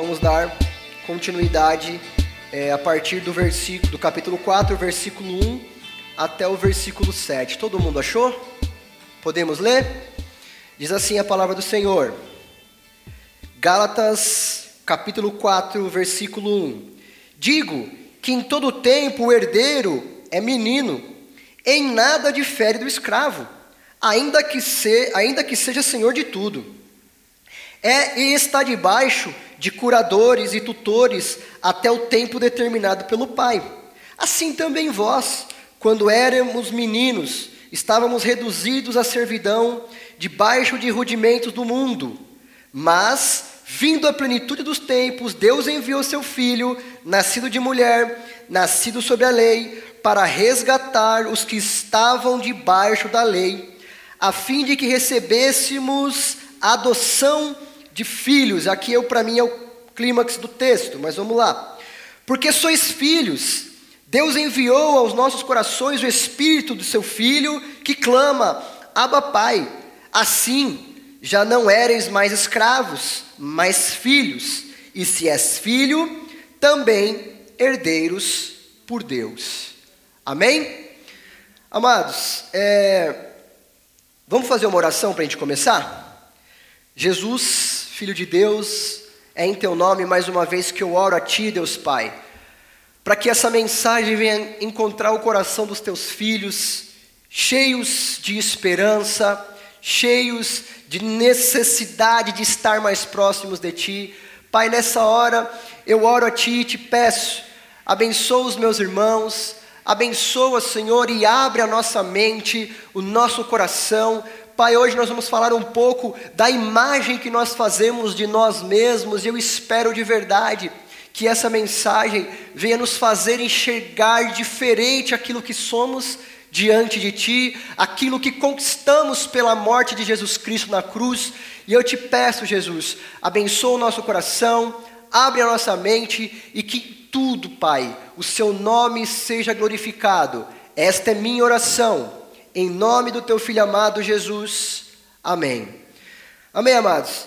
Vamos dar continuidade a partir do capítulo 4, versículo 1 até o versículo 7. Todo mundo achou? Podemos ler? Diz assim a palavra do Senhor. Gálatas, capítulo 4, versículo 1. Digo que em todo tempo o herdeiro é menino, em nada difere do escravo, ainda que seja senhor de tudo. E está debaixo de curadores e tutores até o tempo determinado pelo Pai. Assim também vós, quando éramos meninos, estávamos reduzidos à servidão, debaixo de rudimentos do mundo. Mas, vindo a plenitude dos tempos, Deus enviou seu Filho, nascido de mulher, nascido sob a lei, para resgatar os que estavam debaixo da lei, a fim de que recebêssemos a adoção de filhos. Aqui para mim é o clímax do texto, mas vamos lá. Porque sois filhos, Deus enviou aos nossos corações o Espírito do seu Filho, que clama, Abba Pai. Assim, já não éreis mais escravos, mas filhos. E se és filho, também herdeiros por Deus. Amém? Amados, vamos fazer uma oração para a gente começar? Jesus, Filho de Deus, é em Teu nome mais uma vez que eu oro a Ti, Deus Pai, para que essa mensagem venha encontrar o coração dos Teus filhos, cheios de esperança, cheios de necessidade de estar mais próximos de Ti. Pai, nessa hora eu oro a Ti e Te peço, abençoa os meus irmãos, abençoa, Senhor, e abre a nossa mente, o nosso coração. Pai, hoje nós vamos falar um pouco da imagem que nós fazemos de nós mesmos, e eu espero de verdade que essa mensagem venha nos fazer enxergar diferente aquilo que somos diante de Ti, aquilo que conquistamos pela morte de Jesus Cristo na cruz. E eu Te peço, Jesus, abençoa o nosso coração, abre a nossa mente e que tudo, Pai, o Seu nome seja glorificado. Esta é minha oração. Em nome do Teu Filho amado Jesus, amém. Amém, amados.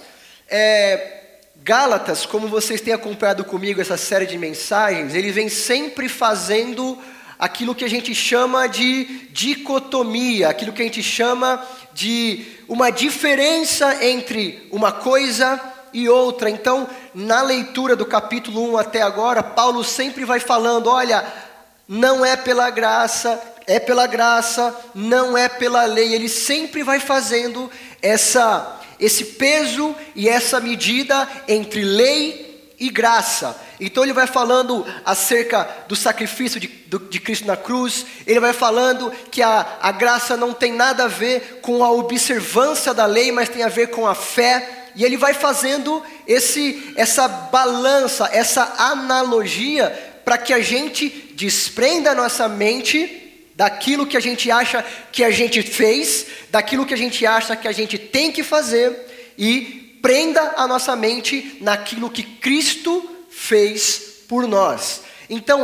Gálatas, como vocês têm acompanhado comigo essa série de mensagens, ele vem sempre fazendo aquilo que a gente chama de dicotomia, aquilo que a gente chama de uma diferença entre uma coisa e outra. Então, na leitura do capítulo 1 até agora, Paulo sempre vai falando, olha, não é pela graça, é pela graça, não é pela lei. Ele sempre vai fazendo esse peso e essa medida entre lei e graça. Então ele vai falando acerca do sacrifício de Cristo na cruz. Ele vai falando que a graça não tem nada a ver com a observância da lei, mas tem a ver com a fé. E ele vai fazendo essa balança, essa analogia, para que a gente desprenda a nossa mente daquilo que a gente acha que a gente fez, daquilo que a gente acha que a gente tem que fazer, e prenda a nossa mente naquilo que Cristo fez por nós. Então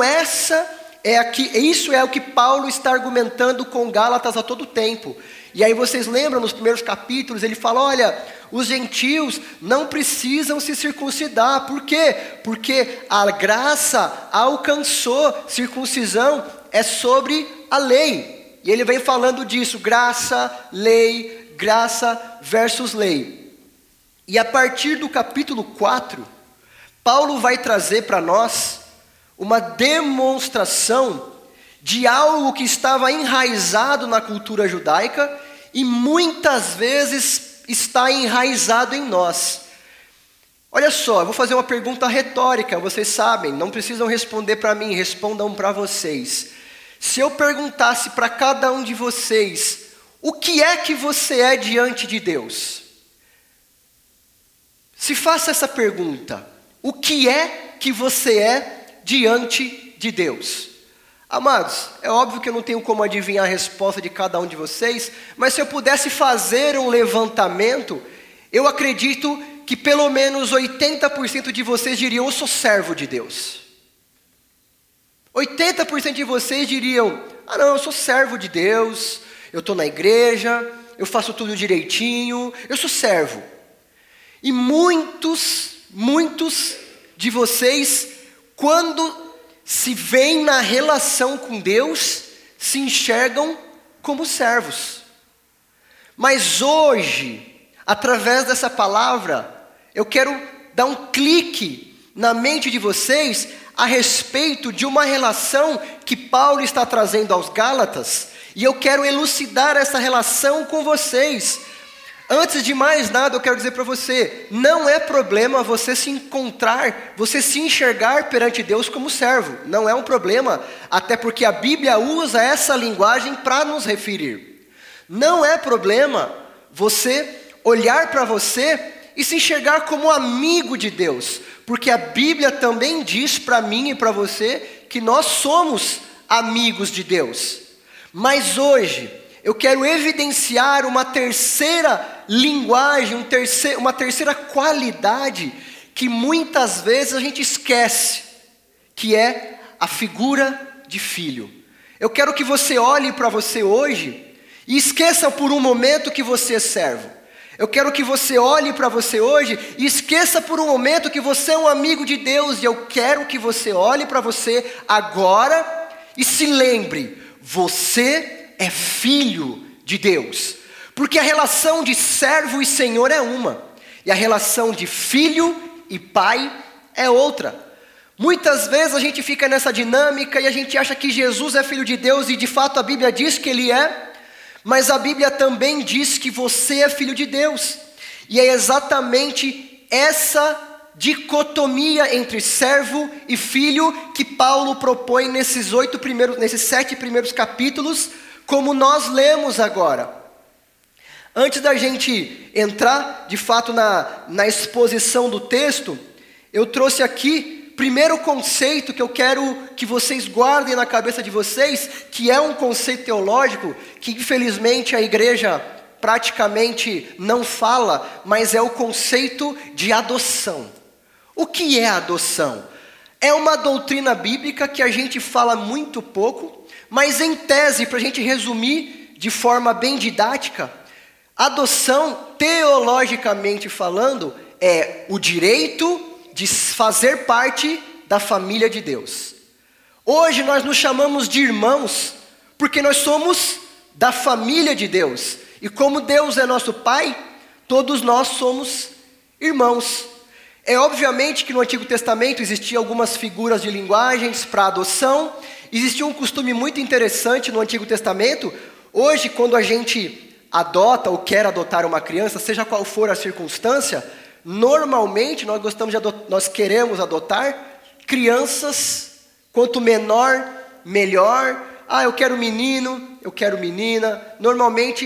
isso é o que Paulo está argumentando com Gálatas a todo tempo. E aí vocês lembram, nos primeiros capítulos, ele fala, olha, os gentios não precisam se circuncidar. Por quê? Porque a graça alcançou, circuncisão é sobre a lei. E ele vem falando disso, graça versus lei. E a partir do capítulo 4, Paulo vai trazer para nós uma demonstração de algo que estava enraizado na cultura judaica e muitas vezes está enraizado em nós. Olha só, eu vou fazer uma pergunta retórica, vocês sabem, não precisam responder para mim, respondam para vocês. Se eu perguntasse para cada um de vocês, o que é que você é diante de Deus? Se faça essa pergunta, o que é que você é diante de Deus? Amados, é óbvio que eu não tenho como adivinhar a resposta de cada um de vocês, mas se eu pudesse fazer um levantamento, eu acredito que pelo menos 80% de vocês diriam, eu sou servo de Deus. 80% de vocês diriam, não, eu sou servo de Deus, eu estou na igreja, eu faço tudo direitinho, eu sou servo. E muitos de vocês, quando se veem na relação com Deus, se enxergam como servos. Mas hoje, através dessa palavra, eu quero dar um clique na mente de vocês a respeito de uma relação que Paulo está trazendo aos Gálatas, e eu quero elucidar essa relação com vocês. Antes de mais nada, eu quero dizer para você, não é problema você se encontrar, você se enxergar perante Deus como servo. Não é um problema, até porque a Bíblia usa essa linguagem para nos referir. Não é problema você olhar para você e se enxergar como amigo de Deus, porque a Bíblia também diz para mim e para você que nós somos amigos de Deus. Mas hoje, eu quero evidenciar uma terceira linguagem, uma terceira qualidade que muitas vezes a gente esquece, que é a figura de filho. Eu quero que você olhe para você hoje e esqueça por um momento que você é servo. Eu quero que você olhe para você hoje e esqueça por um momento que você é um amigo de Deus. E eu quero que você olhe para você agora e se lembre, você é filho de Deus, porque a relação de servo e senhor é uma, e a relação de filho e pai é outra. Muitas vezes a gente fica nessa dinâmica e a gente acha que Jesus é filho de Deus, e de fato a Bíblia diz que ele é, mas a Bíblia também diz que você é filho de Deus, e é exatamente essa dicotomia entre servo e filho que Paulo propõe nesses 7 primeiros capítulos, como nós lemos agora. Antes da gente entrar, de fato, na exposição do texto, eu trouxe aqui, primeiro conceito que eu quero que vocês guardem na cabeça de vocês, que é um conceito teológico, que infelizmente a igreja praticamente não fala, mas é o conceito de adoção. O que é adoção? É uma doutrina bíblica que a gente fala muito pouco, mas em tese, para a gente resumir de forma bem didática, adoção, teologicamente falando, é o direito de fazer parte da família de Deus. Hoje nós nos chamamos de irmãos, porque nós somos da família de Deus. E como Deus é nosso Pai, todos nós somos irmãos. É obviamente que no Antigo Testamento existiam algumas figuras de linguagens para adoção. Existia um costume muito interessante no Antigo Testamento. Hoje, quando a gente adota ou quer adotar uma criança, seja qual for a circunstância, normalmente nós queremos adotar crianças, quanto menor, melhor. Eu quero menino, eu quero menina. Normalmente,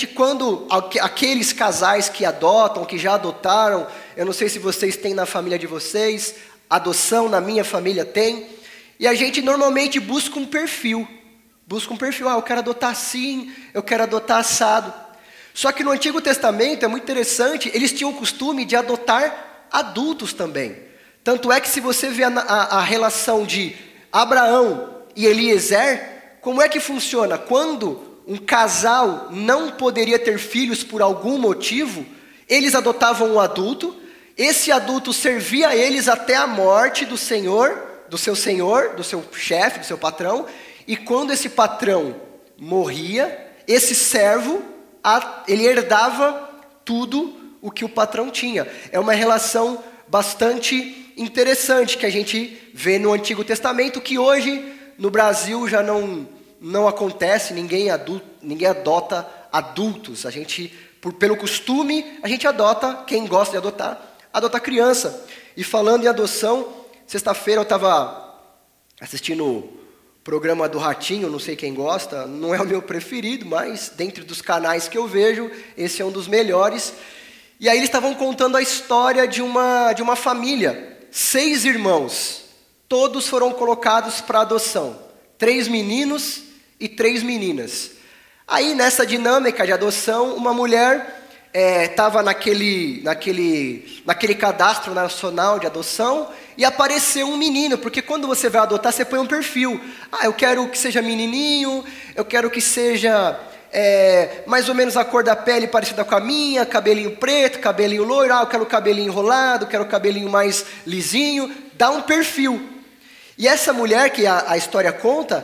aqueles casais que adotam, que já adotaram, eu não sei se vocês têm na família de vocês, adoção na minha família tem. E a gente normalmente busca um perfil. Eu quero adotar assim, eu quero adotar assado. Só que no Antigo Testamento, é muito interessante, eles tinham o costume de adotar adultos também. Tanto é que se você vê a relação de Abraão e Eliezer, como é que funciona? Quando um casal não poderia ter filhos por algum motivo, eles adotavam um adulto, esse adulto servia a eles até a morte do seu chefe, do seu patrão, e quando esse patrão morria, esse servo, ele herdava tudo o que o patrão tinha. É uma relação bastante interessante que a gente vê no Antigo Testamento, que hoje no Brasil já não acontece, ninguém adota adultos. A gente, pelo costume, a gente adota, quem gosta de adotar, adota criança. E falando em adoção, sexta-feira eu estava assistindo o programa do Ratinho, não sei quem gosta, não é o meu preferido, mas dentre dos canais que eu vejo, esse é um dos melhores. E aí eles estavam contando a história de uma família, 6 irmãos, todos foram colocados para adoção, 3 meninos e 3 meninas. Aí nessa dinâmica de adoção, uma mulher estava naquele cadastro nacional de adoção e apareceu um menino, porque quando você vai adotar, você põe um perfil. Eu quero que seja menininho, eu quero que seja mais ou menos a cor da pele parecida com a minha, cabelinho preto, cabelinho loiro, eu quero cabelinho enrolado, quero cabelinho mais lisinho, dá um perfil. E essa mulher que a história conta,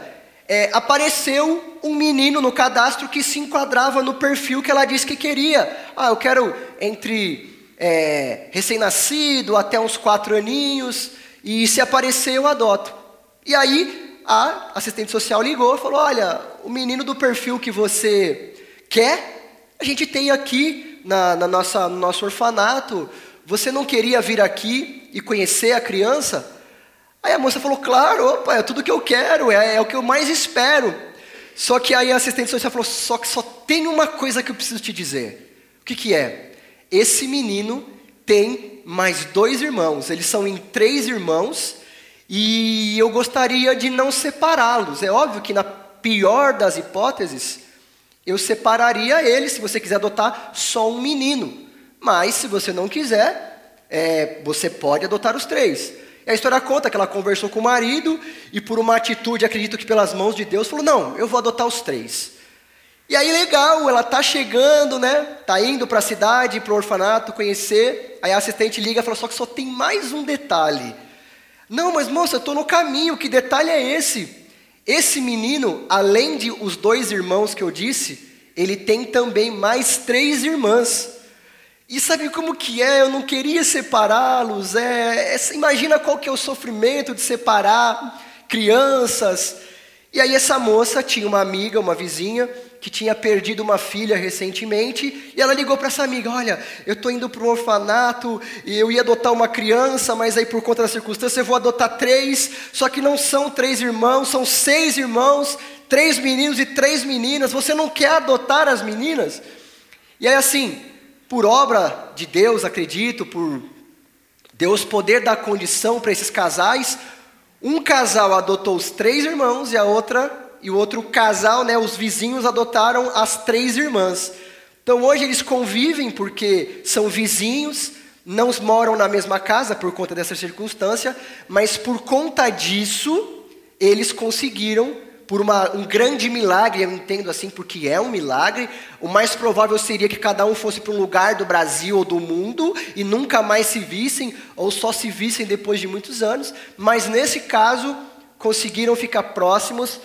apareceu um menino no cadastro que se enquadrava no perfil que ela disse que queria. Eu quero entre recém-nascido até uns 4 aninhos, e se aparecer eu adoto. E aí a assistente social ligou e falou, olha, o menino do perfil que você quer, a gente tem aqui no nosso orfanato, você não queria vir aqui e conhecer a criança? Aí a moça falou, claro, opa, é tudo que eu quero, é o que eu mais espero. Só que aí a assistente social falou, só que só tem uma coisa que eu preciso te dizer. O que é? Esse menino tem mais 2 irmãos, eles são em 3 irmãos, e eu gostaria de não separá-los. É óbvio que na pior das hipóteses, eu separaria eles, se você quiser adotar só um menino. Mas se você não quiser, você pode adotar os 3. E a história conta que ela conversou com o marido, e por uma atitude, acredito que pelas mãos de Deus, falou, não, eu vou adotar os 3. E aí legal, ela tá chegando, tá indo para a cidade, para o orfanato, conhecer. Aí a assistente liga e fala, só que só tem mais um detalhe. Não, mas moça, eu estou no caminho, que detalhe é esse? Esse menino, além de os 2 irmãos que eu disse, ele tem também mais 3 irmãs. E sabe como que é? Eu não queria separá-los, imagina qual que é o sofrimento de separar crianças. E aí essa moça tinha uma amiga, uma vizinha, que tinha perdido uma filha recentemente, e ela ligou para essa amiga, olha, eu estou indo para um orfanato, e eu ia adotar uma criança, mas aí por conta da circunstância eu vou adotar 3, só que não são 3 irmãos, são 6 irmãos, 3 meninos e 3 meninas, você não quer adotar as meninas? E aí assim, por obra de Deus, acredito, por Deus poder dar condição para esses casais, um casal adotou os 3 irmãos e o outro casal, os vizinhos adotaram as 3 irmãs. Então hoje eles convivem porque são vizinhos, não moram na mesma casa por conta dessa circunstância, mas por conta disso, eles conseguiram, por um grande milagre, eu entendo assim porque é um milagre, o mais provável seria que cada um fosse para um lugar do Brasil ou do mundo e nunca mais se vissem, ou só se vissem depois de muitos anos, mas nesse caso, conseguiram ficar próximos,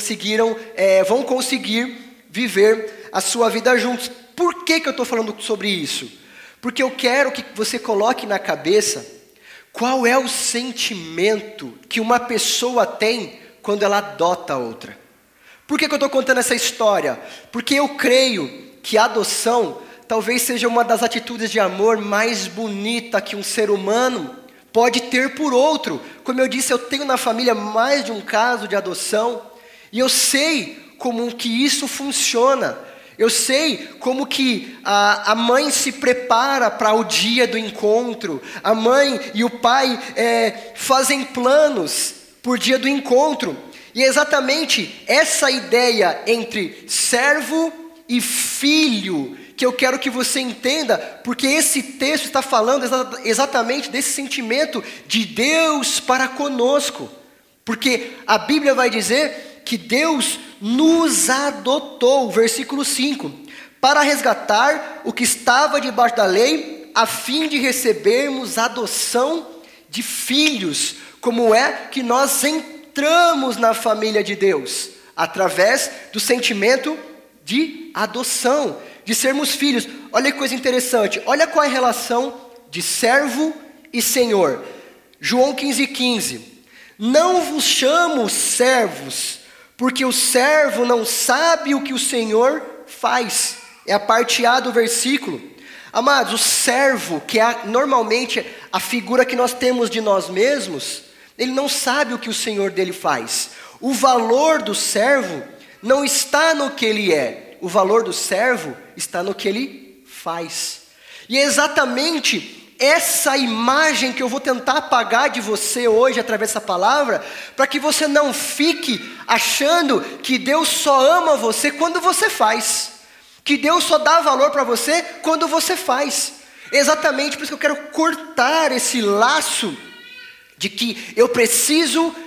vão conseguir viver a sua vida juntos. Por que eu estou falando sobre isso? Porque eu quero que você coloque na cabeça qual é o sentimento que uma pessoa tem quando ela adota a outra. Por que eu estou contando essa história? Porque eu creio que a adoção talvez seja uma das atitudes de amor mais bonita que um ser humano pode ter por outro. Como eu disse, eu tenho na família mais de um caso de adoção, e eu sei como que isso funciona. Eu sei como que a mãe se prepara para o dia do encontro. A mãe e o pai fazem planos por dia do encontro. E é exatamente essa ideia entre servo e filho que eu quero que você entenda, porque esse texto está falando exatamente desse sentimento de Deus para conosco. Porque a Bíblia vai dizer que Deus nos adotou, versículo 5, para resgatar o que estava debaixo da lei, a fim de recebermos a adoção de filhos. Como é que nós entramos na família de Deus? Através do sentimento de adoção, de sermos filhos. Olha que coisa interessante, olha qual é a relação de servo e senhor. João 15:15. Não vos chamo servos, porque o servo não sabe o que o Senhor faz. É a parte A do versículo. Amados, o servo, que é normalmente a figura que nós temos de nós mesmos, ele não sabe o que o Senhor dele faz. O valor do servo não está no que ele é. O valor do servo está no que ele faz. E é exatamente essa imagem que eu vou tentar apagar de você hoje através dessa palavra, para que você não fique achando que Deus só ama você quando você faz, que Deus só dá valor para você quando você faz. Exatamente por isso que eu quero cortar esse laço de que eu preciso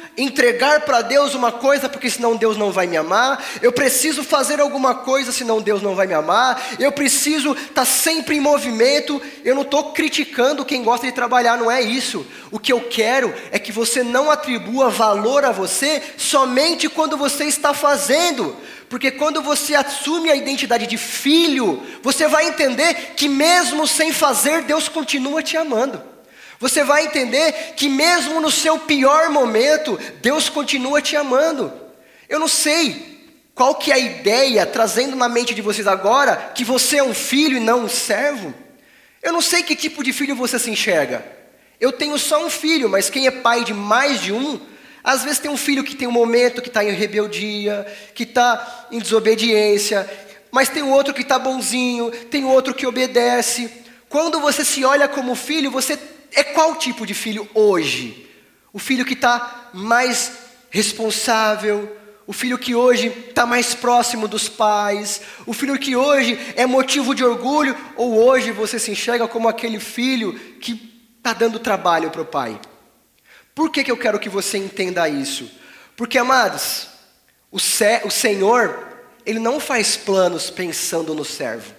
entregar para Deus uma coisa, porque senão Deus não vai me amar. Eu preciso fazer alguma coisa, senão Deus não vai me amar. Eu preciso estar sempre em movimento. Eu não estou criticando quem gosta de trabalhar, não é isso. O que eu quero é que você não atribua valor a você somente quando você está fazendo. Porque quando você assume a identidade de filho, você vai entender que mesmo sem fazer, Deus continua te amando. Você vai entender que mesmo no seu pior momento, Deus continua te amando. Eu não sei qual que é a ideia, trazendo na mente de vocês agora, que você é um filho e não um servo. Eu não sei que tipo de filho você se enxerga. Eu tenho só um filho, mas quem é pai de mais de um, às vezes tem um filho que tem um momento que está em rebeldia, que está em desobediência, mas tem um outro que está bonzinho, tem outro que obedece. Quando você se olha como filho, você é qual tipo de filho hoje? O filho que está mais responsável, o filho que hoje está mais próximo dos pais, o filho que hoje é motivo de orgulho, ou hoje você se enxerga como aquele filho que está dando trabalho para o pai? Por que eu quero que você entenda isso? Porque, amados, o Senhor, Ele não faz planos pensando no servo.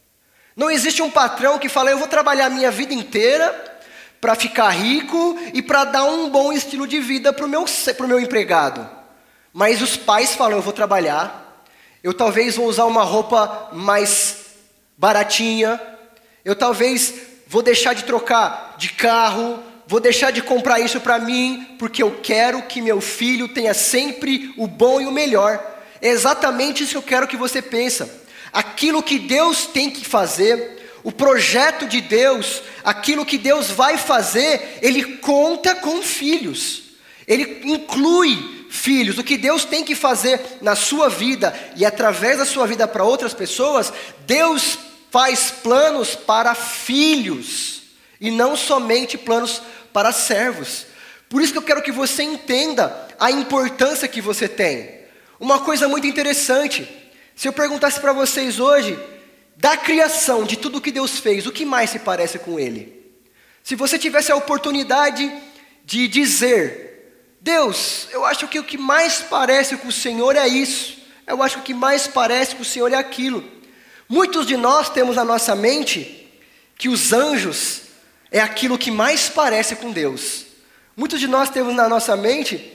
Não existe um patrão que fala, eu vou trabalhar a minha vida inteira para ficar rico e para dar um bom estilo de vida para o meu empregado. Mas os pais falam, eu vou trabalhar, eu talvez vou usar uma roupa mais baratinha, eu talvez vou deixar de trocar de carro, vou deixar de comprar isso para mim, porque eu quero que meu filho tenha sempre o bom e o melhor. É exatamente isso que eu quero que você pense. Aquilo que Deus tem que fazer, o projeto de Deus, aquilo que Deus vai fazer, Ele conta com filhos. Ele inclui filhos. O que Deus tem que fazer na sua vida e através da sua vida para outras pessoas, Deus faz planos para filhos e não somente planos para servos. Por isso que eu quero que você entenda a importância que você tem. Uma coisa muito interessante, se eu perguntasse para vocês hoje, da criação, de tudo que Deus fez, o que mais se parece com Ele? Se você tivesse a oportunidade de dizer, Deus, eu acho que o que mais parece com o Senhor é isso, eu acho que o que mais parece com o Senhor é aquilo. Muitos de nós temos na nossa mente que os anjos é aquilo que mais parece com Deus. Muitos de nós temos na nossa mente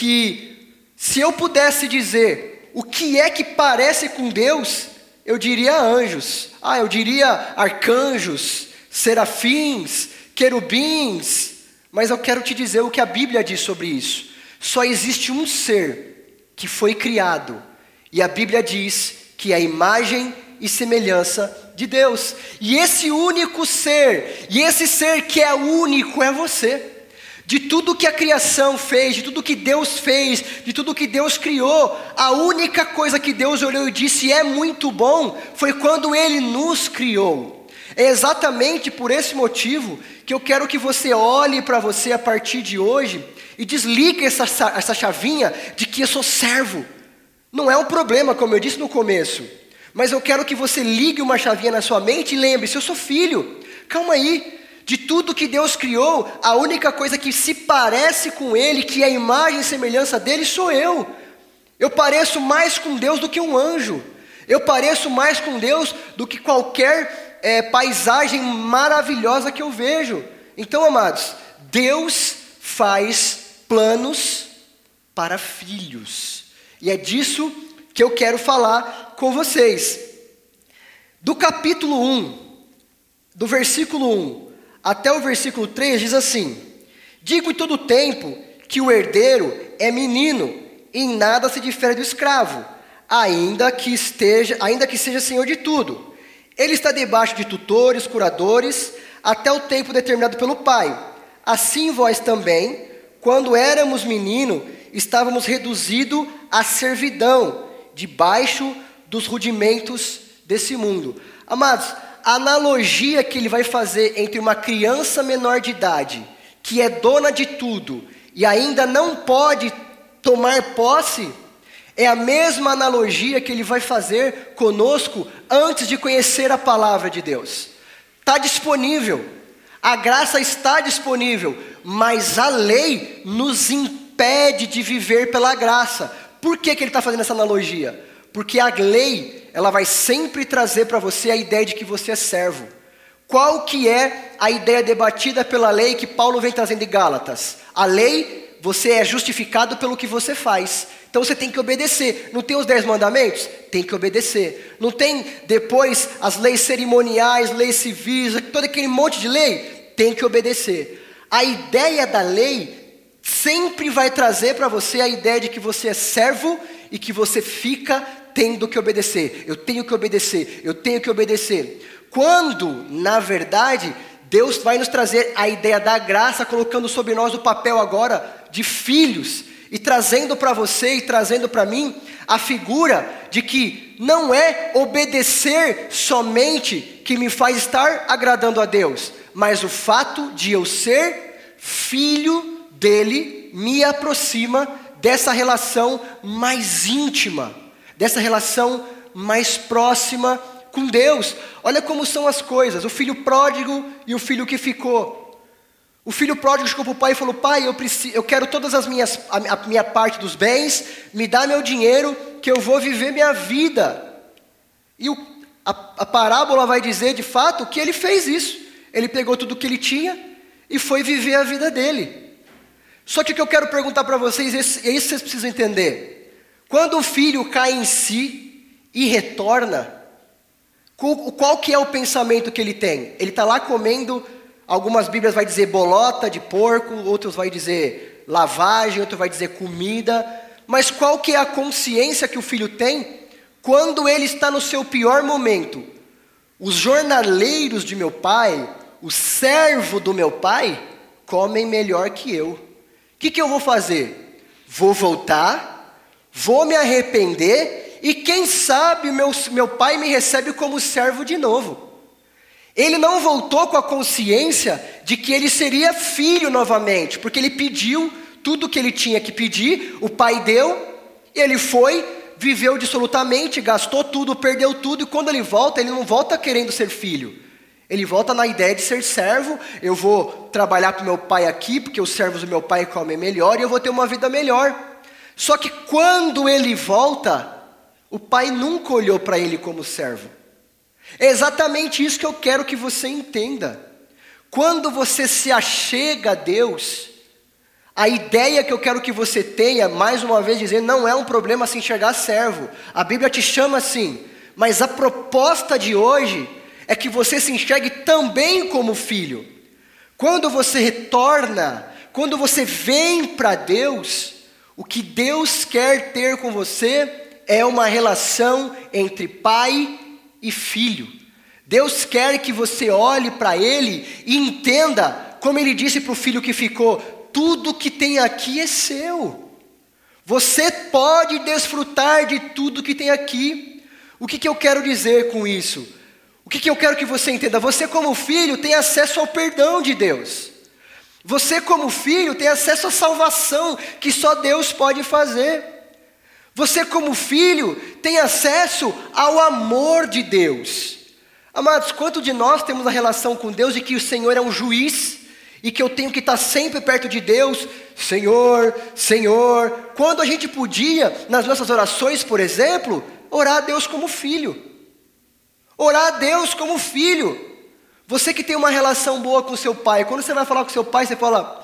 que se eu pudesse dizer o que é que parece com Deus, eu diria anjos. Eu diria arcanjos, serafins, querubins. Mas eu quero te dizer o que a Bíblia diz sobre isso. Só existe um ser que foi criado. E a Bíblia diz que é a imagem e semelhança de Deus. E esse único ser, e esse ser que é único, é você. De tudo que a criação fez, de tudo que Deus fez, de tudo que Deus criou, a única coisa que Deus olhou e disse é muito bom, foi quando Ele nos criou. É exatamente por esse motivo que eu quero que você olhe para você a partir de hoje e desligue essa chavinha de que eu sou servo. Não é um problema, como eu disse no começo. Mas eu quero que você ligue uma chavinha na sua mente e lembre-se, eu sou filho. Calma aí, de tudo que Deus criou, a única coisa que se parece com Ele, que é a imagem e semelhança dEle, sou eu. Eu pareço mais com Deus do que um anjo. Eu pareço mais com Deus do que qualquer paisagem maravilhosa que eu vejo. Então, amados, Deus faz planos para filhos. E é disso que eu quero falar com vocês. Do capítulo 1, do versículo 1 até o versículo 3, diz assim: digo em todo tempo que o herdeiro é menino, e em nada se difere do escravo, ainda que seja senhor de tudo. Ele está debaixo de tutores, curadores, até o tempo determinado pelo pai. Assim vós também, quando éramos menino, estávamos reduzidos à servidão, debaixo dos rudimentos desse mundo. Amados, a analogia que ele vai fazer entre uma criança menor de idade, que é dona de tudo, e ainda não pode tomar posse, é a mesma analogia que ele vai fazer conosco antes de conhecer a palavra de Deus. Está disponível, a graça está disponível, mas a lei nos impede impede de viver pela graça. Por que ele está fazendo essa analogia? Porque a lei, ela vai sempre trazer para você a ideia de que você é servo. Qual que é a ideia debatida pela lei que Paulo vem trazendo em Gálatas? A lei, você é justificado pelo que você faz. Então você tem que obedecer. Não tem os 10 mandamentos? Tem que obedecer. Não tem depois as leis cerimoniais, leis civis, todo aquele monte de lei? Tem que obedecer. A ideia da lei sempre vai trazer para você a ideia de que você é servo e que você fica tendo que obedecer. Eu tenho que obedecer, eu tenho que obedecer. Quando, na verdade, Deus vai nos trazer a ideia da graça, colocando sobre nós o papel agora de filhos, e trazendo para você e trazendo para mim a figura de que não é obedecer somente que me faz estar agradando a Deus, mas o fato de eu ser filho dele me aproxima dessa relação mais íntima, dessa relação mais próxima com Deus. Olha como são as coisas, o filho pródigo e o filho que ficou. O filho pródigo chegou para o pai e falou: pai, eu quero todas a minha parte dos bens, me dá meu dinheiro que eu vou viver minha vida. E a parábola vai dizer de fato que ele fez isso. Ele pegou tudo que ele tinha e foi viver a vida dele. Só que o que eu quero perguntar para vocês, é isso que vocês precisam entender. Quando o filho cai em si e retorna, qual que é o pensamento que ele tem? Ele está lá comendo, algumas bíblias vai dizer bolota de porco, outros vai dizer lavagem, outro vai dizer comida. Mas qual que é a consciência que o filho tem quando ele está no seu pior momento? Os jornaleiros de meu pai, o servo do meu pai, comem melhor que eu. O que eu vou fazer? Vou voltar, vou me arrepender e quem sabe meu pai me recebe como servo de novo. Ele não voltou com a consciência de que ele seria filho novamente, porque ele pediu tudo o que ele tinha que pedir, o pai deu, e ele foi, viveu dissolutamente, gastou tudo, perdeu tudo, e quando ele volta, ele não volta querendo ser filho. Ele volta na ideia de ser servo. Eu vou trabalhar para o meu pai aqui, porque os servos do meu pai comem melhor, e eu vou ter uma vida melhor. Só que quando ele volta, o pai nunca olhou para ele como servo. É exatamente isso que eu quero que você entenda. Quando você se achega a Deus, a ideia que eu quero que você tenha, mais uma vez dizendo, não é um problema se enxergar servo. A Bíblia te chama assim, mas a proposta de hoje é que você se enxergue também como filho. Quando você retorna, quando você vem para Deus, o que Deus quer ter com você é uma relação entre pai e filho. Deus quer que você olhe para Ele e entenda, como Ele disse para o filho que ficou: tudo que tem aqui é seu. Você pode desfrutar de tudo que tem aqui. O que eu quero dizer com isso? O que eu quero que você entenda? Você como filho tem acesso ao perdão de Deus. Você como filho tem acesso à salvação que só Deus pode fazer. Você como filho tem acesso ao amor de Deus. Amados, quanto de nós temos a relação com Deus de que o Senhor é um juiz e que eu tenho que estar sempre perto de Deus? Senhor, Senhor. Quando a gente podia, nas nossas orações, por exemplo, orar a Deus como filho. Orar a Deus como filho. Você que tem uma relação boa com seu pai, quando você vai falar com seu pai, você fala: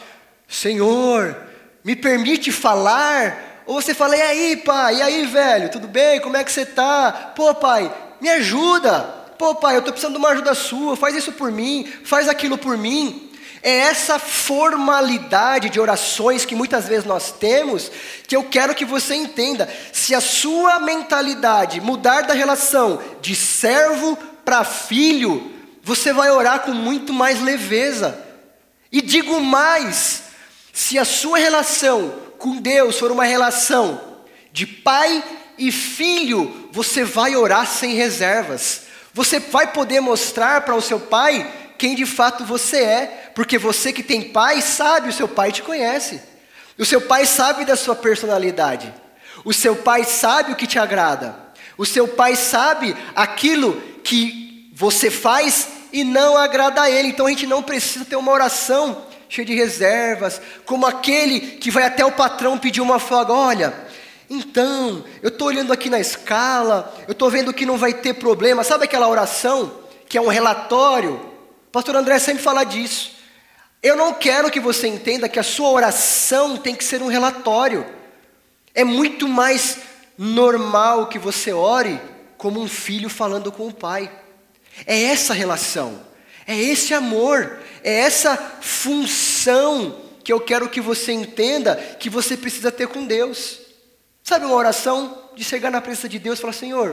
Senhor, me permite falar? Ou você fala: e aí, pai? E aí, velho? Tudo bem? Como é que você está? Pô, pai, me ajuda. Pô, pai, eu estou precisando de uma ajuda sua. Faz isso por mim, faz aquilo por mim. É essa formalidade de orações que muitas vezes nós temos, que eu quero que você entenda. Se a sua mentalidade mudar da relação de servo para filho, você vai orar com muito mais leveza. E digo mais, se a sua relação com Deus for uma relação de pai e filho, você vai orar sem reservas. Você vai poder mostrar para o seu pai quem de fato você é, porque você que tem pai sabe, o seu pai te conhece. O seu pai sabe da sua personalidade. O seu pai sabe o que te agrada. O seu pai sabe aquilo que você faz e não agrada a ele. Então a gente não precisa ter uma oração cheio de reservas, como aquele que vai até o patrão pedir uma folga. Olha, então, eu estou olhando aqui na escala, eu estou vendo que não vai ter problema. Sabe aquela oração que é um relatório? O pastor André sempre fala disso. Eu não quero que você entenda que a sua oração tem que ser um relatório. É muito mais normal que você ore como um filho falando com o pai. É essa relação, é esse amor, é essa função que eu quero que você entenda que você precisa ter com Deus. Sabe uma oração de chegar na presença de Deus e falar: Senhor,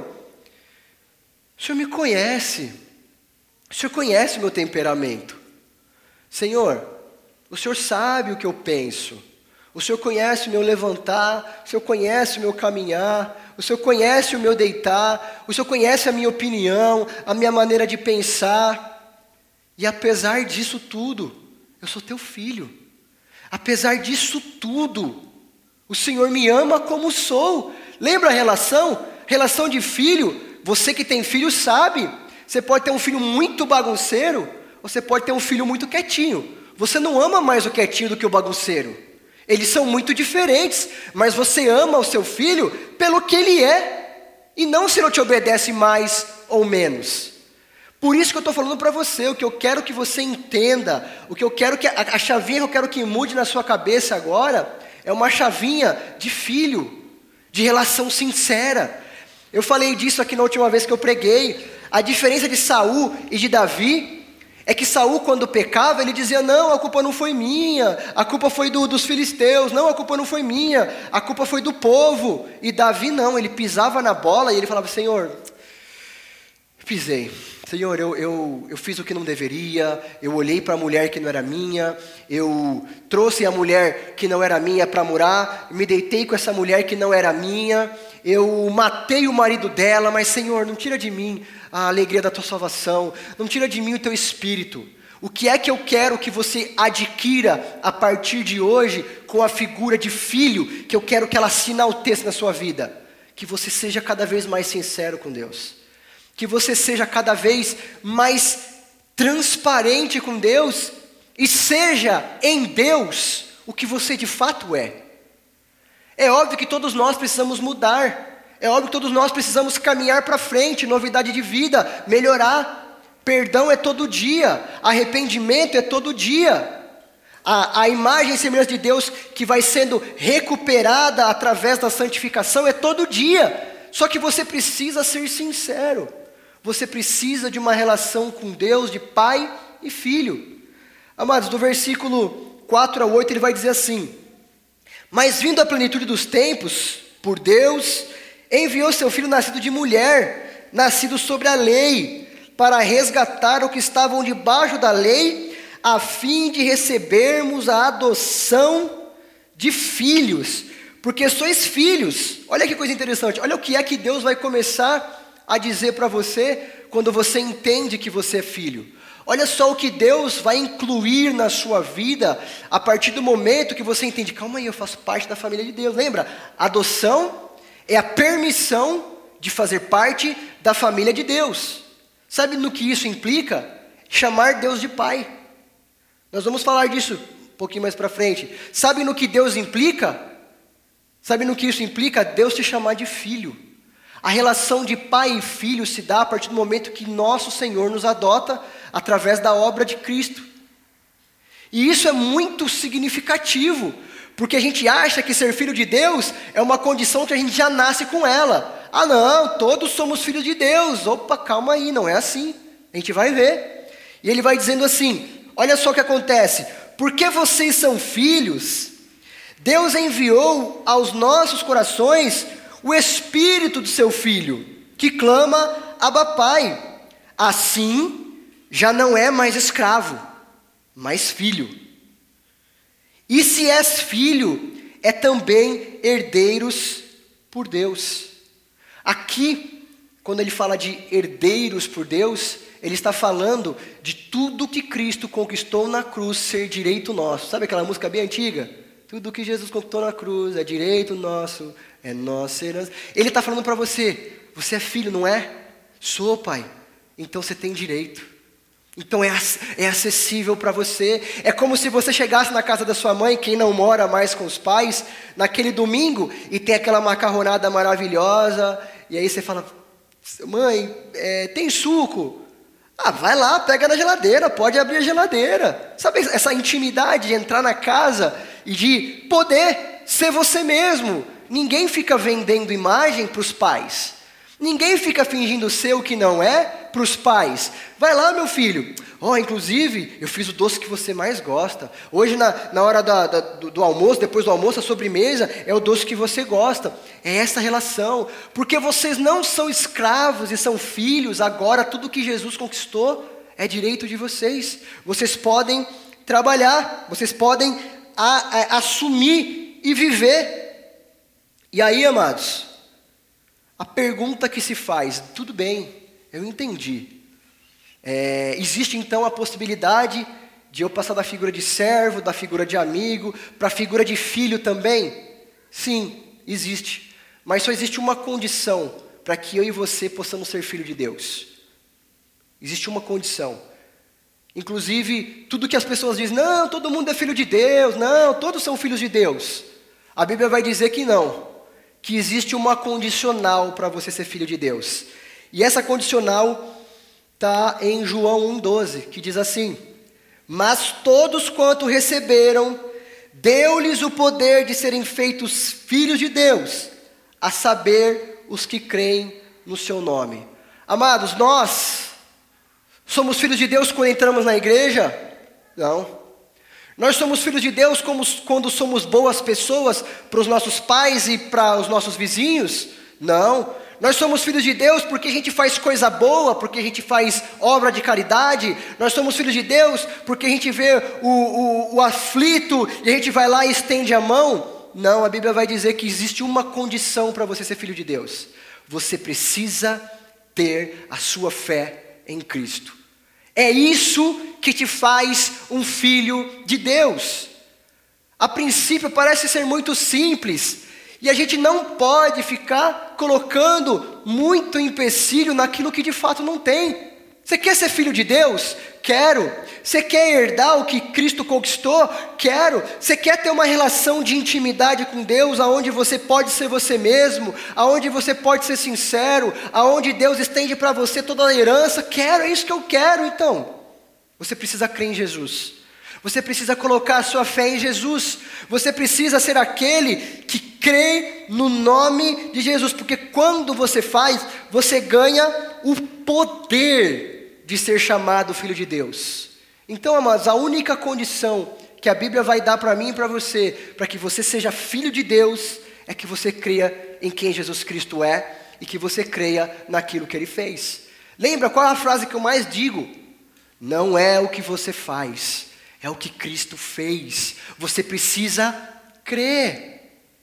o Senhor me conhece, o Senhor conhece o meu temperamento. Senhor, o Senhor sabe o que eu penso, o Senhor conhece o meu levantar, o Senhor conhece o meu caminhar, o Senhor conhece o meu deitar, o Senhor conhece a minha opinião, a minha maneira de pensar. E apesar disso tudo, eu sou teu filho. Apesar disso tudo, o Senhor me ama como sou. Lembra a relação? Relação de filho. Você que tem filho sabe. Você pode ter um filho muito bagunceiro, ou você pode ter um filho muito quietinho. Você não ama mais o quietinho do que o bagunceiro. Eles são muito diferentes, mas você ama o seu filho pelo que ele é, e não se ele te obedece mais ou menos. Por isso que eu estou falando para você, o que eu quero que você entenda, o que eu quero que a chavinha que eu quero que mude na sua cabeça agora, é uma chavinha de filho, de relação sincera. Eu falei disso aqui na última vez que eu preguei. A diferença de Saul e de Davi é que Saul, quando pecava, ele dizia: não, a culpa não foi minha, a culpa foi dos filisteus, não, a culpa não foi minha, a culpa foi do povo. E Davi não, ele pisava na bola e ele falava: Senhor, pisei. Senhor, eu fiz o que não deveria, eu olhei para a mulher que não era minha, eu trouxe a mulher que não era minha para morar, me deitei com essa mulher que não era minha, eu matei o marido dela, mas Senhor, não tira de mim a alegria da tua salvação, não tira de mim o teu espírito. O que é que eu quero que você adquira a partir de hoje com a figura de filho, que eu quero que ela se enalteça na sua vida? Que você seja cada vez mais sincero com Deus. Que você seja cada vez mais transparente com Deus e seja em Deus o que você de fato é. É óbvio que todos nós precisamos mudar. É óbvio que todos nós precisamos caminhar para frente, novidade de vida, melhorar. Perdão é todo dia, arrependimento é todo dia. A imagem e semelhança de Deus que vai sendo recuperada através da santificação é todo dia. Só que você precisa ser sincero. Você precisa de uma relação com Deus, de pai e filho. Amados, do versículo 4 a 8 ele vai dizer assim: mas vindo a plenitude dos tempos, por Deus, enviou seu filho nascido de mulher, nascido sobre a lei, para resgatar o que estavam debaixo da lei, a fim de recebermos a adoção de filhos, porque sois filhos. Olha que coisa interessante, olha o que é que Deus vai começar a dizer para você quando você entende que você é filho. Olha só o que Deus vai incluir na sua vida a partir do momento que você entende: calma aí, eu faço parte da família de Deus. Lembra? Adoção é a permissão de fazer parte da família de Deus. Sabe no que isso implica? Chamar Deus de pai. Nós vamos falar disso um pouquinho mais para frente. Sabe no que Deus implica? Sabe no que isso implica? Deus te chamar de filho. A relação de pai e filho se dá a partir do momento que nosso Senhor nos adota através da obra de Cristo. E isso é muito significativo, porque a gente acha que ser filho de Deus é uma condição que a gente já nasce com ela. Ah não, todos somos filhos de Deus. Opa, calma aí, não é assim. A gente vai ver. E ele vai dizendo assim, olha só o que acontece. Porque vocês são filhos, Deus enviou aos nossos corações o Espírito do seu Filho, que clama: Abba, Pai. Assim, já não é mais escravo, mas filho. E se és filho, é também herdeiros por Deus. Aqui, quando ele fala de herdeiros por Deus, ele está falando de tudo que Cristo conquistou na cruz ser direito nosso. Sabe aquela música bem antiga? Tudo que Jesus conquistou na cruz é direito nosso, é nossa herança. Ele está falando para você: você é filho, não é? Sou, pai. Então você tem direito. Então é acessível para você. É como se você chegasse na casa da sua mãe, quem não mora mais com os pais, naquele domingo, e tem aquela macarronada maravilhosa, e aí você fala, mãe, tem suco? Ah, vai lá, pega na geladeira, pode abrir a geladeira. Sabe essa intimidade de entrar na casa e de poder ser você mesmo. Ninguém fica vendendo imagem para os pais. Ninguém fica fingindo ser o que não é para os pais. Vai lá, meu filho. Inclusive, eu fiz o doce que você mais gosta. Hoje, na hora do almoço, depois do almoço, a sobremesa é o doce que você gosta. É essa relação. Porque vocês não são escravos e são filhos. Agora, tudo que Jesus conquistou é direito de vocês. Vocês podem trabalhar. Vocês podem assumir e viver. E aí, amados, a pergunta que se faz, tudo bem, eu entendi. Existe então a possibilidade de eu passar da figura de servo, da figura de amigo, para a figura de filho também? Sim, existe. Mas só existe uma condição para que eu e você possamos ser filho de Deus. Existe uma condição. Inclusive, tudo que as pessoas dizem, não, todo mundo é filho de Deus, não, todos são filhos de Deus. A Bíblia vai dizer que não. Que existe uma condicional para você ser filho de Deus. E essa condicional está em João 1,12, que diz assim: mas todos quanto receberam, deu-lhes o poder de serem feitos filhos de Deus, a saber, os que creem no seu nome. Amados, nós somos filhos de Deus quando entramos na igreja? Não. Nós somos filhos de Deus quando somos boas pessoas para os nossos pais e para os nossos vizinhos? Não. Nós somos filhos de Deus porque a gente faz coisa boa, porque a gente faz obra de caridade. Nós somos filhos de Deus porque a gente vê o aflito e a gente vai lá e estende a mão? Não, a Bíblia vai dizer que existe uma condição para você ser filho de Deus. Você precisa ter a sua fé em Cristo. É isso que te faz um filho de Deus. A princípio parece ser muito simples, e a gente não pode ficar colocando muito empecilho naquilo que de fato não tem. Você quer ser filho de Deus? Quero. Você quer herdar o que Cristo conquistou? Quero. Você quer ter uma relação de intimidade com Deus, aonde você pode ser você mesmo, aonde você pode ser sincero, aonde Deus estende para você toda a herança? Quero, é isso que eu quero. Então, você precisa crer em Jesus. Você precisa colocar a sua fé em Jesus. Você precisa ser aquele que crê no nome de Jesus, porque quando você faz, você ganha o poder de ser chamado filho de Deus. Então, amados, a única condição que a Bíblia vai dar para mim e para você, para que você seja filho de Deus, é que você creia em quem Jesus Cristo é e que você creia naquilo que Ele fez. Lembra qual é a frase que eu mais digo? Não é o que você faz, é o que Cristo fez. Você precisa crer.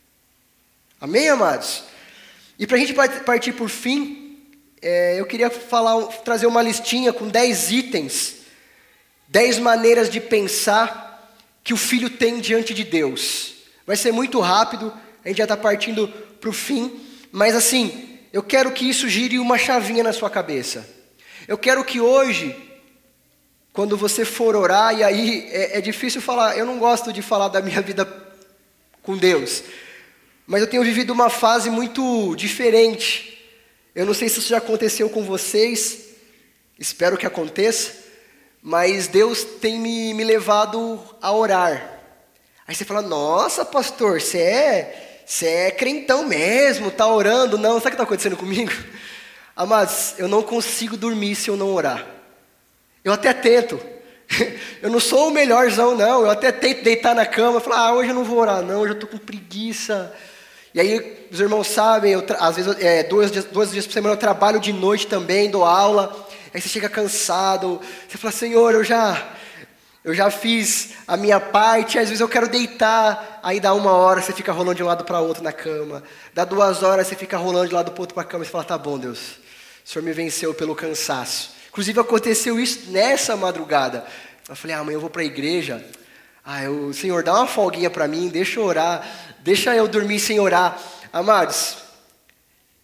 Amém, amados? E para a gente partir por fim, eu queria trazer uma listinha com 10 itens, 10 maneiras de pensar que o filho tem diante de Deus. Vai ser muito rápido, a gente já está partindo para o fim, mas assim, eu quero que isso gire uma chavinha na sua cabeça. Eu quero que hoje, quando você for orar, e aí é difícil falar, eu não gosto de falar da minha vida com Deus, mas eu tenho vivido uma fase muito diferente. Eu não sei se isso já aconteceu com vocês, espero que aconteça, mas Deus tem me levado a orar. Aí você fala, nossa pastor, você é crentão mesmo, tá orando? Não, sabe o que está acontecendo comigo? Amados, eu não consigo dormir se eu não orar. Eu até tento, eu não sou o melhorzão não, eu até tento deitar na cama, falar, hoje eu não vou orar não, hoje eu estou com preguiça. E aí, os irmãos sabem, às vezes, 2 dias por semana eu trabalho de noite também, dou aula. Aí você chega cansado, você fala, Senhor, eu já fiz a minha parte, às vezes eu quero deitar. Aí dá 1 hora, você fica rolando de um lado para outro na cama. Dá 2 horas, você fica rolando de um lado para o outro para a cama. E você fala, tá bom, Deus, o Senhor me venceu pelo cansaço. Inclusive, aconteceu isso nessa madrugada. Eu falei, amanhã eu vou para a igreja. Senhor, dá uma folguinha para mim, deixa eu orar. Deixa eu dormir sem orar. Amados,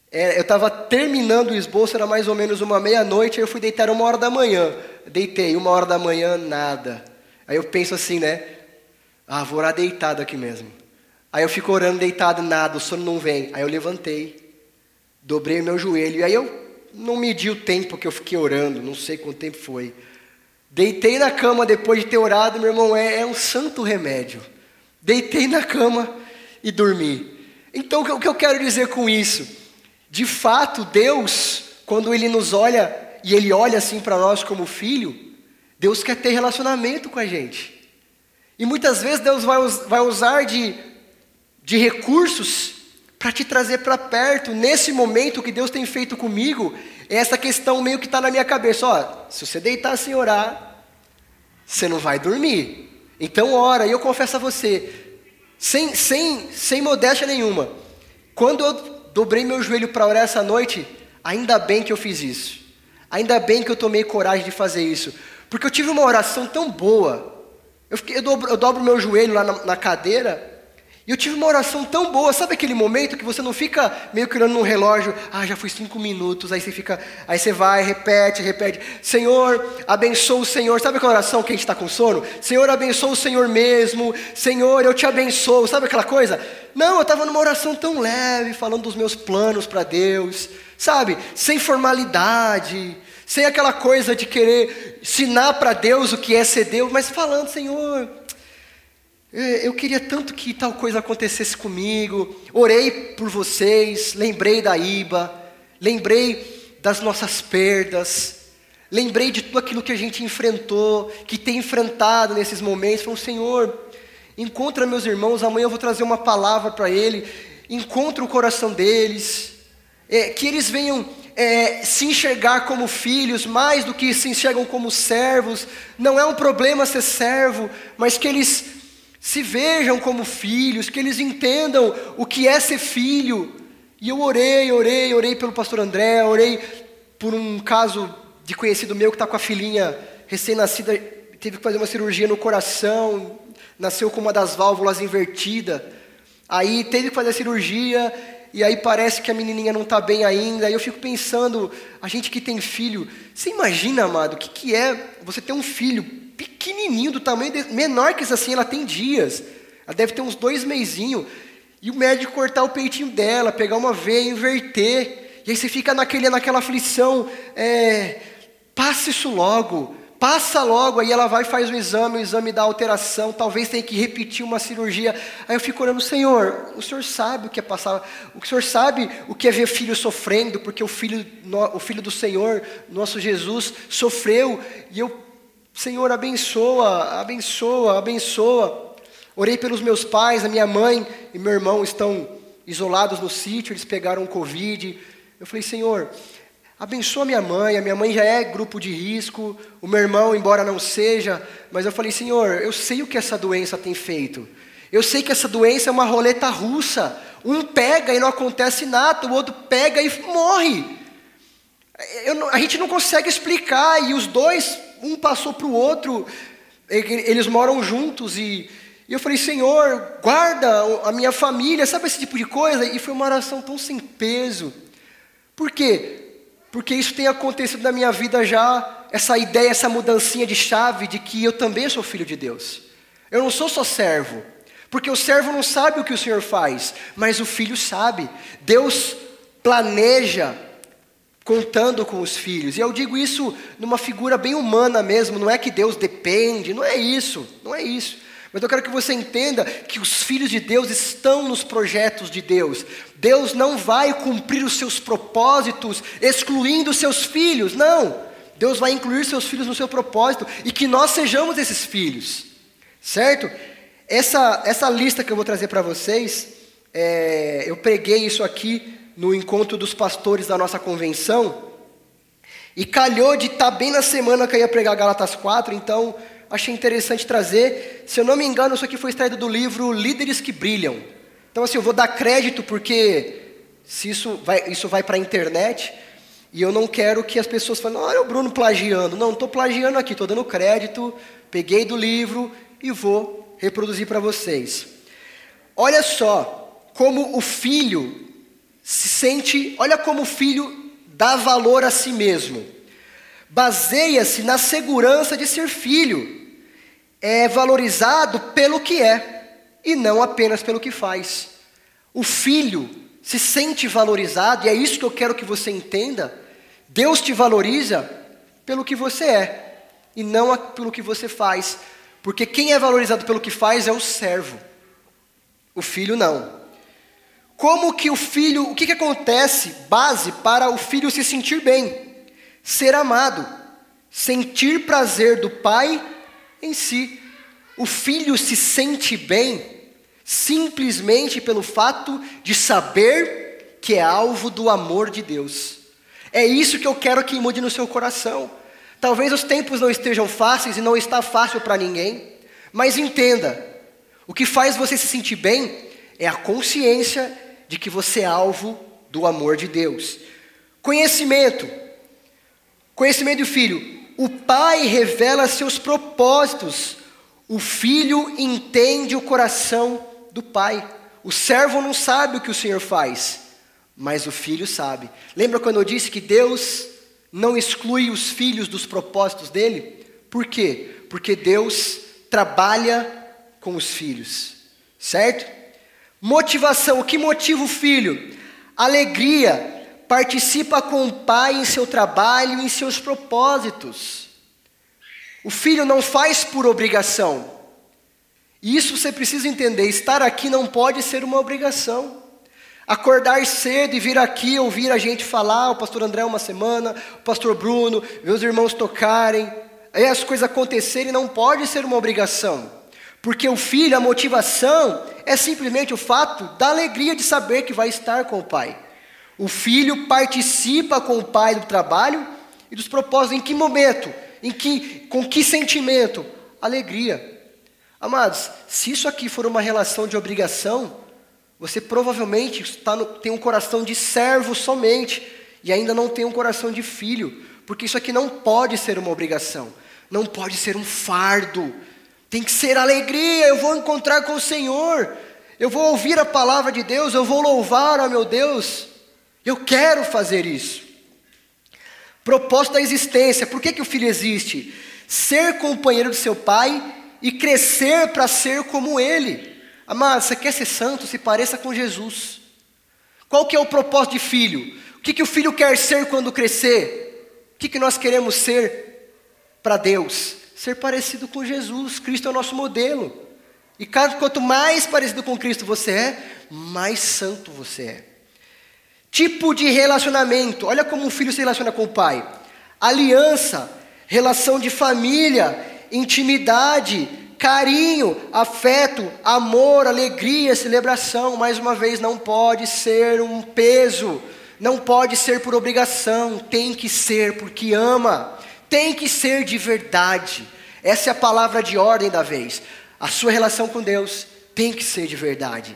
Eu estava terminando o esboço, era mais ou menos uma meia-noite, aí eu fui deitar 1h da manhã. Deitei, 1h da manhã, nada. Aí eu penso assim, né? Vou orar deitado aqui mesmo. Aí eu fico orando deitado, nada, o sono não vem. Aí eu levantei, dobrei o meu joelho, e aí eu não medi o tempo que eu fiquei orando, não sei quanto tempo foi. Deitei na cama depois de ter orado, meu irmão, é um santo remédio. Deitei na cama e dormi. Então o que eu quero dizer com isso? De fato, Deus, quando Ele nos olha, e Ele olha assim para nós como filho, Deus quer ter relacionamento com a gente. E muitas vezes Deus vai usar de recursos para te trazer para perto. Nesse momento, o que Deus tem feito comigo é essa questão meio que está na minha cabeça. Se você deitar sem orar, você não vai dormir. Então ora. E eu confesso a você, sem modéstia nenhuma, quando eu dobrei meu joelho para orar essa noite, ainda bem que eu fiz isso. Ainda bem que eu tomei coragem de fazer isso. Porque eu tive uma oração tão boa. Eu dobro meu joelho lá na cadeira, e eu tive uma oração tão boa. Sabe aquele momento que você não fica meio que olhando no relógio, já foi 5 minutos, aí você vai, repete, Senhor, abençoa o Senhor. Sabe aquela oração que a gente está com sono? Senhor, abençoa o Senhor mesmo, Senhor, eu te abençoo, sabe aquela coisa? Não, eu estava numa oração tão leve, falando dos meus planos para Deus, sabe? Sem formalidade, sem aquela coisa de querer ensinar para Deus o que é ser Deus, mas falando, Senhor, eu queria tanto que tal coisa acontecesse comigo. Orei por vocês, lembrei da Iba, lembrei das nossas perdas, lembrei de tudo aquilo que a gente enfrentou, que tem enfrentado nesses momentos. Falei, Senhor, encontra meus irmãos, amanhã eu vou trazer uma palavra para eles, encontra o coração deles, que eles venham se enxergar como filhos, mais do que se enxergam como servos. Não é um problema ser servo, mas que eles se vejam como filhos, que eles entendam o que é ser filho. E eu orei pelo pastor André, orei por um caso de conhecido meu que está com a filhinha recém-nascida, teve que fazer uma cirurgia no coração, nasceu com uma das válvulas invertida, aí teve que fazer a cirurgia, e aí parece que a menininha não está bem ainda. Aí eu fico pensando, a gente que tem filho, você imagina, amado, o que é você ter um filho pequenininho, do tamanho menor que isso assim, ela tem dias, ela deve ter uns 2 mesinhos, e o médico cortar o peitinho dela, pegar uma veia, inverter, e aí você fica naquela aflição, passa isso logo, passa logo. Aí ela vai e faz o exame dá alteração, talvez tenha que repetir uma cirurgia. Aí eu fico orando, Senhor, o Senhor sabe o que é passar, o Senhor sabe o que é ver filho sofrendo, porque o filho do Senhor, nosso Jesus, sofreu, e eu, Senhor, abençoa. Orei pelos meus pais, a minha mãe e meu irmão estão isolados no sítio, eles pegaram Covid. Eu falei, Senhor, abençoa minha mãe. A minha mãe já é grupo de risco, o meu irmão, embora não seja, mas eu falei, Senhor, eu sei o que essa doença tem feito. Eu sei que essa doença é uma roleta russa. Um pega e não acontece nada, o outro pega e morre. A gente não consegue explicar, e os dois, um passou para o outro, eles moram juntos, e eu falei, Senhor, guarda a minha família, sabe esse tipo de coisa? E foi uma oração tão sem peso. Por quê? Porque isso tem acontecido na minha vida já, essa ideia, essa mudancinha de chave de que eu também sou filho de Deus. Eu não sou só servo, porque o servo não sabe o que o Senhor faz, mas o filho sabe. Deus planeja contando com os filhos, e eu digo isso numa figura bem humana mesmo, não é que Deus depende, não é isso. Mas eu quero que você entenda que os filhos de Deus estão nos projetos de Deus. Deus não vai cumprir os seus propósitos excluindo os seus filhos, não. Deus vai incluir seus filhos no seu propósito, e que nós sejamos esses filhos, certo? Essa lista que eu vou trazer para vocês, eu preguei isso aqui no encontro dos pastores da nossa convenção, e calhou de estar bem na semana que eu ia pregar Gálatas 4, então achei interessante trazer. Se eu não me engano, isso aqui foi extraído do livro Líderes que Brilham. Então assim, eu vou dar crédito, porque se isso vai para a internet, e eu não quero que as pessoas falem, olha o Bruno plagiando. Não estou plagiando aqui, estou dando crédito, peguei do livro e vou reproduzir para vocês. Olha só, como o filho se sente, olha como o filho dá valor a si mesmo. Baseia-se na segurança de ser filho. É valorizado pelo que é e não apenas pelo que faz. O filho se sente valorizado, e é isso que eu quero que você entenda. Deus te valoriza pelo que você é e não pelo que você faz. Porque quem é valorizado pelo que faz é o servo. O filho não. Como que o filho, o que acontece, base para o filho se sentir bem? Ser amado, sentir prazer do pai em si. O filho se sente bem simplesmente pelo fato de saber que é alvo do amor de Deus. É isso que eu quero que mude no seu coração. Talvez os tempos não estejam fáceis e não está fácil para ninguém, mas entenda, o que faz você se sentir bem é a consciência de que você é alvo do amor de Deus. Conhecimento do filho. O pai revela seus propósitos. O filho entende o coração do pai. O servo não sabe o que o Senhor faz, mas o filho sabe. Lembra quando eu disse que Deus não exclui os filhos dos propósitos dele? Por quê? Porque Deus trabalha com os filhos, certo? Motivação, o que motiva o filho? Alegria. Participa com o pai em seu trabalho e em seus propósitos. O filho não faz por obrigação. E isso você precisa entender. Estar aqui não pode ser uma obrigação. Acordar cedo e vir aqui ouvir a gente falar, o pastor André uma semana, o pastor Bruno, ver os irmãos tocarem, aí as coisas acontecerem, não pode ser uma obrigação. Porque o filho, a motivação, é simplesmente o fato da alegria de saber que vai estar com o pai. O filho participa com o pai do trabalho e dos propósitos. Em que momento? Com que sentimento? Alegria. Amados, se isso aqui for uma relação de obrigação, você provavelmente tem um coração de servo somente e ainda não tem um coração de filho. Porque isso aqui não pode ser uma obrigação. Não pode ser um fardo. Tem que ser alegria. Eu vou encontrar com o Senhor. Eu vou ouvir a palavra de Deus. Eu vou louvar ao meu Deus. Eu quero fazer isso. Propósito da existência. Por que o filho existe? Ser companheiro do seu pai e crescer para ser como ele. Amado, você quer ser santo? Se pareça com Jesus. Qual que é o propósito de filho? O que o filho quer ser quando crescer? O que nós queremos ser para Deus? Ser parecido com Jesus. Cristo é o nosso modelo. E quanto mais parecido com Cristo você é, mais santo você é. Tipo de relacionamento. Olha como um filho se relaciona com o pai. Aliança, relação de família, intimidade, carinho, afeto, amor, alegria, celebração. Mais uma vez, não pode ser um peso. Não pode ser por obrigação. Tem que ser porque ama. Tem que ser de verdade. Essa é a palavra de ordem da vez. A sua relação com Deus tem que ser de verdade.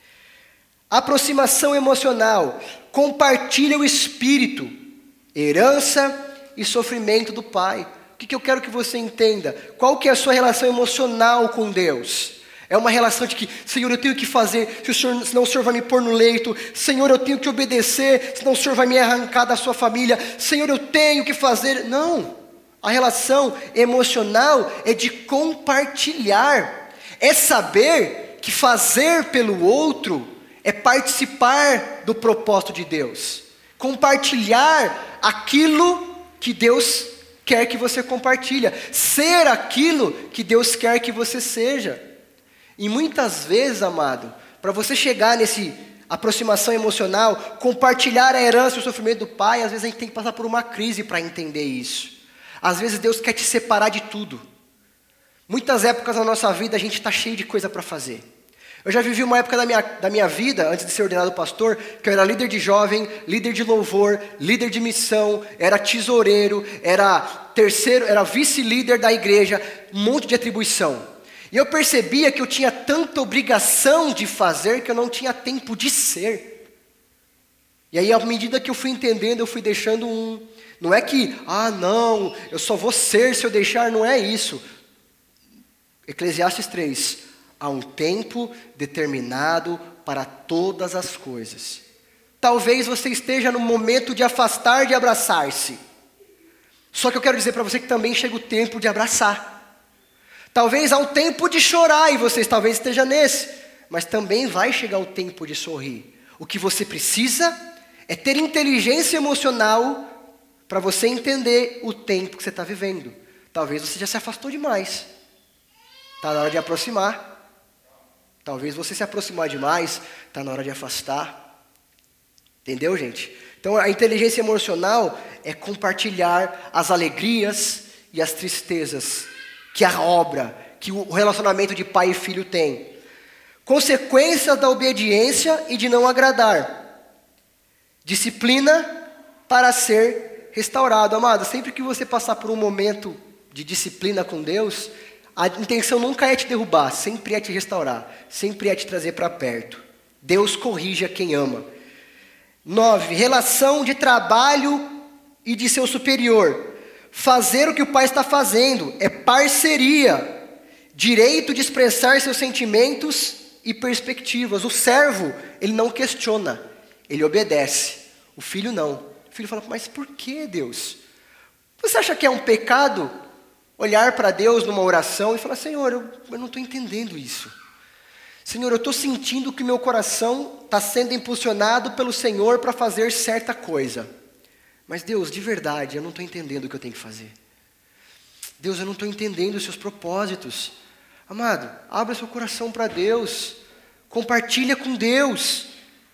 Aproximação emocional. Compartilha o espírito, herança e sofrimento do pai. O que eu quero que você entenda? Qual que é a sua relação emocional com Deus? É uma relação de que, Senhor, eu tenho que fazer, senão o Senhor vai me pôr no leito. Senhor, eu tenho que obedecer, senão o Senhor vai me arrancar da sua família. Senhor, eu tenho que fazer. Não. A relação emocional é de compartilhar. É saber que fazer pelo outro é participar do propósito de Deus. Compartilhar aquilo que Deus quer que você compartilhe. Ser aquilo que Deus quer que você seja. E muitas vezes, amado, para você chegar nesse aproximação emocional, compartilhar a herança e o sofrimento do pai, às vezes a gente tem que passar por uma crise para entender isso. Às vezes Deus quer te separar de tudo. Muitas épocas da nossa vida a gente está cheio de coisa para fazer. Eu já vivi uma época da minha vida, antes de ser ordenado pastor, que eu era líder de jovem, líder de louvor, líder de missão, era tesoureiro, era vice-líder da igreja, um monte de atribuição. E eu percebia que eu tinha tanta obrigação de fazer que eu não tinha tempo de ser. E aí, à medida que eu fui entendendo, eu fui deixando Não é que, não, eu só vou ser se eu deixar, não é isso. Eclesiastes 3. Há um tempo determinado para todas as coisas. talvez você esteja no momento de afastar, de abraçar-se. Só que eu quero dizer para você que também chega o tempo de abraçar. Talvez há um tempo de chorar e você talvez esteja nesse, mas também vai chegar o tempo de sorrir. O que você precisa é ter inteligência emocional para você entender o tempo que você está vivendo. Talvez você já se afastou demais. Está na hora de aproximar. Talvez você se aproximar demais, está na hora de afastar. Entendeu, gente? Então a inteligência emocional é compartilhar as alegrias e as tristezas que a obra, que o relacionamento de pai e filho tem. Consequências da obediência e de não agradar. Disciplina para ser restaurado. Amado, sempre que você passar por um momento de disciplina com Deus, a intenção nunca é te derrubar, sempre é te restaurar, sempre é te trazer para perto. Deus corrige a quem ama. 9. Relação de trabalho e de seu superior. Fazer o que o pai está fazendo é parceria. Direito de expressar seus sentimentos e perspectivas. O servo, ele não questiona, ele obedece. O filho não. O filho fala, mas por que, Deus? Você acha que é um pecado olhar para Deus numa oração e falar, Senhor, eu não estou entendendo isso. Senhor, eu estou sentindo que meu coração está sendo impulsionado pelo Senhor para fazer certa coisa. Mas Deus, de verdade, eu não estou entendendo o que eu tenho que fazer. Deus, eu não estou entendendo os seus propósitos. Amado, abra seu coração para Deus. Compartilha com Deus.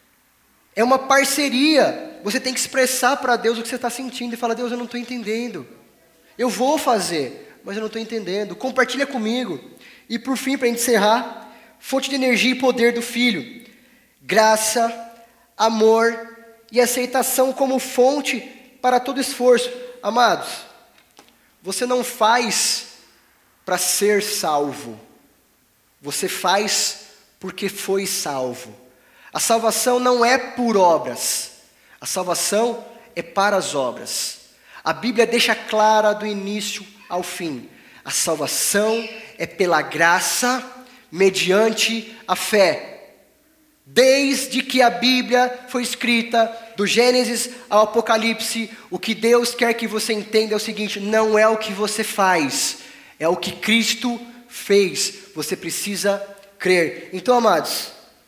É uma parceria. Você tem que expressar para Deus o que você está sentindo e falar, Deus, eu não estou entendendo. Eu vou fazer, mas eu não estou entendendo. Compartilha comigo. E por fim, para encerrar, fonte de energia e poder do Filho. Graça, amor e aceitação como fonte para todo esforço. Amados, você não faz para ser salvo. Você faz porque foi salvo. A salvação não é por obras. A salvação é para as obras. A Bíblia deixa clara do início ao fim. A salvação é pela graça, mediante a fé. Desde que a Bíblia foi escrita, do Gênesis ao Apocalipse, o que Deus quer que você entenda é o seguinte, não é o que você faz, é o que Cristo fez. Você precisa crer. Então, amados,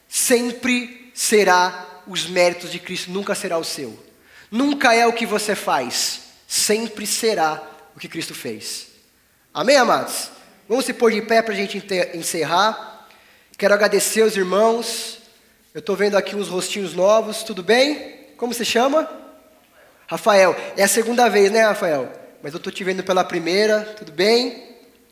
sempre será os méritos de Cristo, nunca será o seu. Nunca é o que você faz, sempre será o que Cristo fez. Amém, amados? Vamos se pôr de pé para a gente encerrar. Quero agradecer os irmãos. Eu estou vendo aqui uns rostinhos novos, tudo bem? Como se chama? Rafael. É a segunda vez, né, Rafael? Mas eu estou te vendo pela primeira, tudo bem?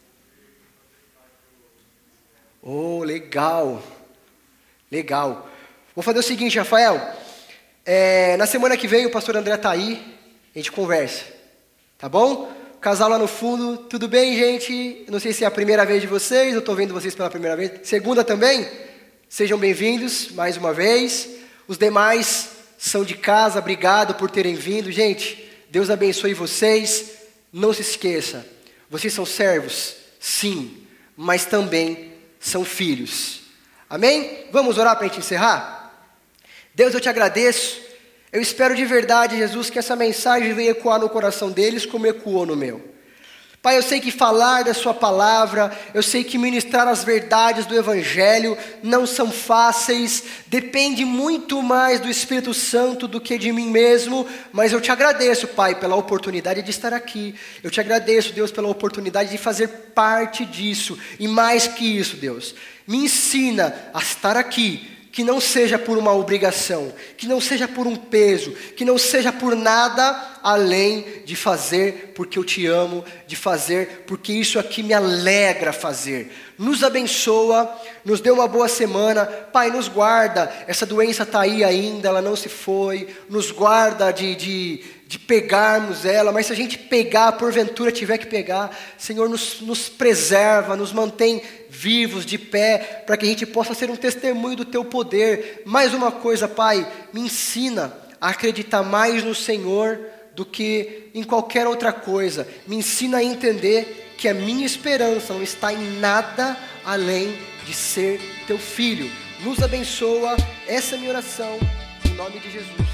Oh, legal. Legal. Vou fazer o seguinte, Rafael. Na semana que vem o pastor André está aí, a gente conversa. Tá bom? O casal lá no fundo, tudo bem, gente? Eu não sei se é a primeira vez de vocês, eu estou vendo vocês pela primeira vez. Segunda também? Sejam bem-vindos mais uma vez. Os demais são de casa, obrigado por terem vindo. Gente, Deus abençoe vocês. Não se esqueça, vocês são servos, sim, mas também são filhos. Amém? Vamos orar para a gente encerrar? Deus, eu te agradeço. Eu espero de verdade, Jesus, que essa mensagem venha ecoar no coração deles como ecoou no meu. Pai, eu sei que falar da sua palavra, eu sei que ministrar as verdades do Evangelho não são fáceis, depende muito mais do Espírito Santo do que de mim mesmo, mas eu te agradeço, Pai, pela oportunidade de estar aqui. Eu te agradeço, Deus, pela oportunidade de fazer parte disso, e mais que isso, Deus, me ensina a estar aqui, que não seja por uma obrigação, que não seja por um peso, que não seja por nada além de fazer porque eu te amo, de fazer porque isso aqui me alegra fazer. Nos abençoa, nos dê uma boa semana. Pai, nos guarda, essa doença está aí ainda, ela não se foi, nos guarda de pegarmos ela, mas se a gente pegar, porventura tiver que pegar, Senhor, nos preserva, nos mantém vivos, de pé, para que a gente possa ser um testemunho do Teu poder. Mais uma coisa, Pai, me ensina a acreditar mais no Senhor do que em qualquer outra coisa. Me ensina a entender que a minha esperança não está em nada além de ser Teu Filho. Nos abençoa, essa é a minha oração. nome de Jesus.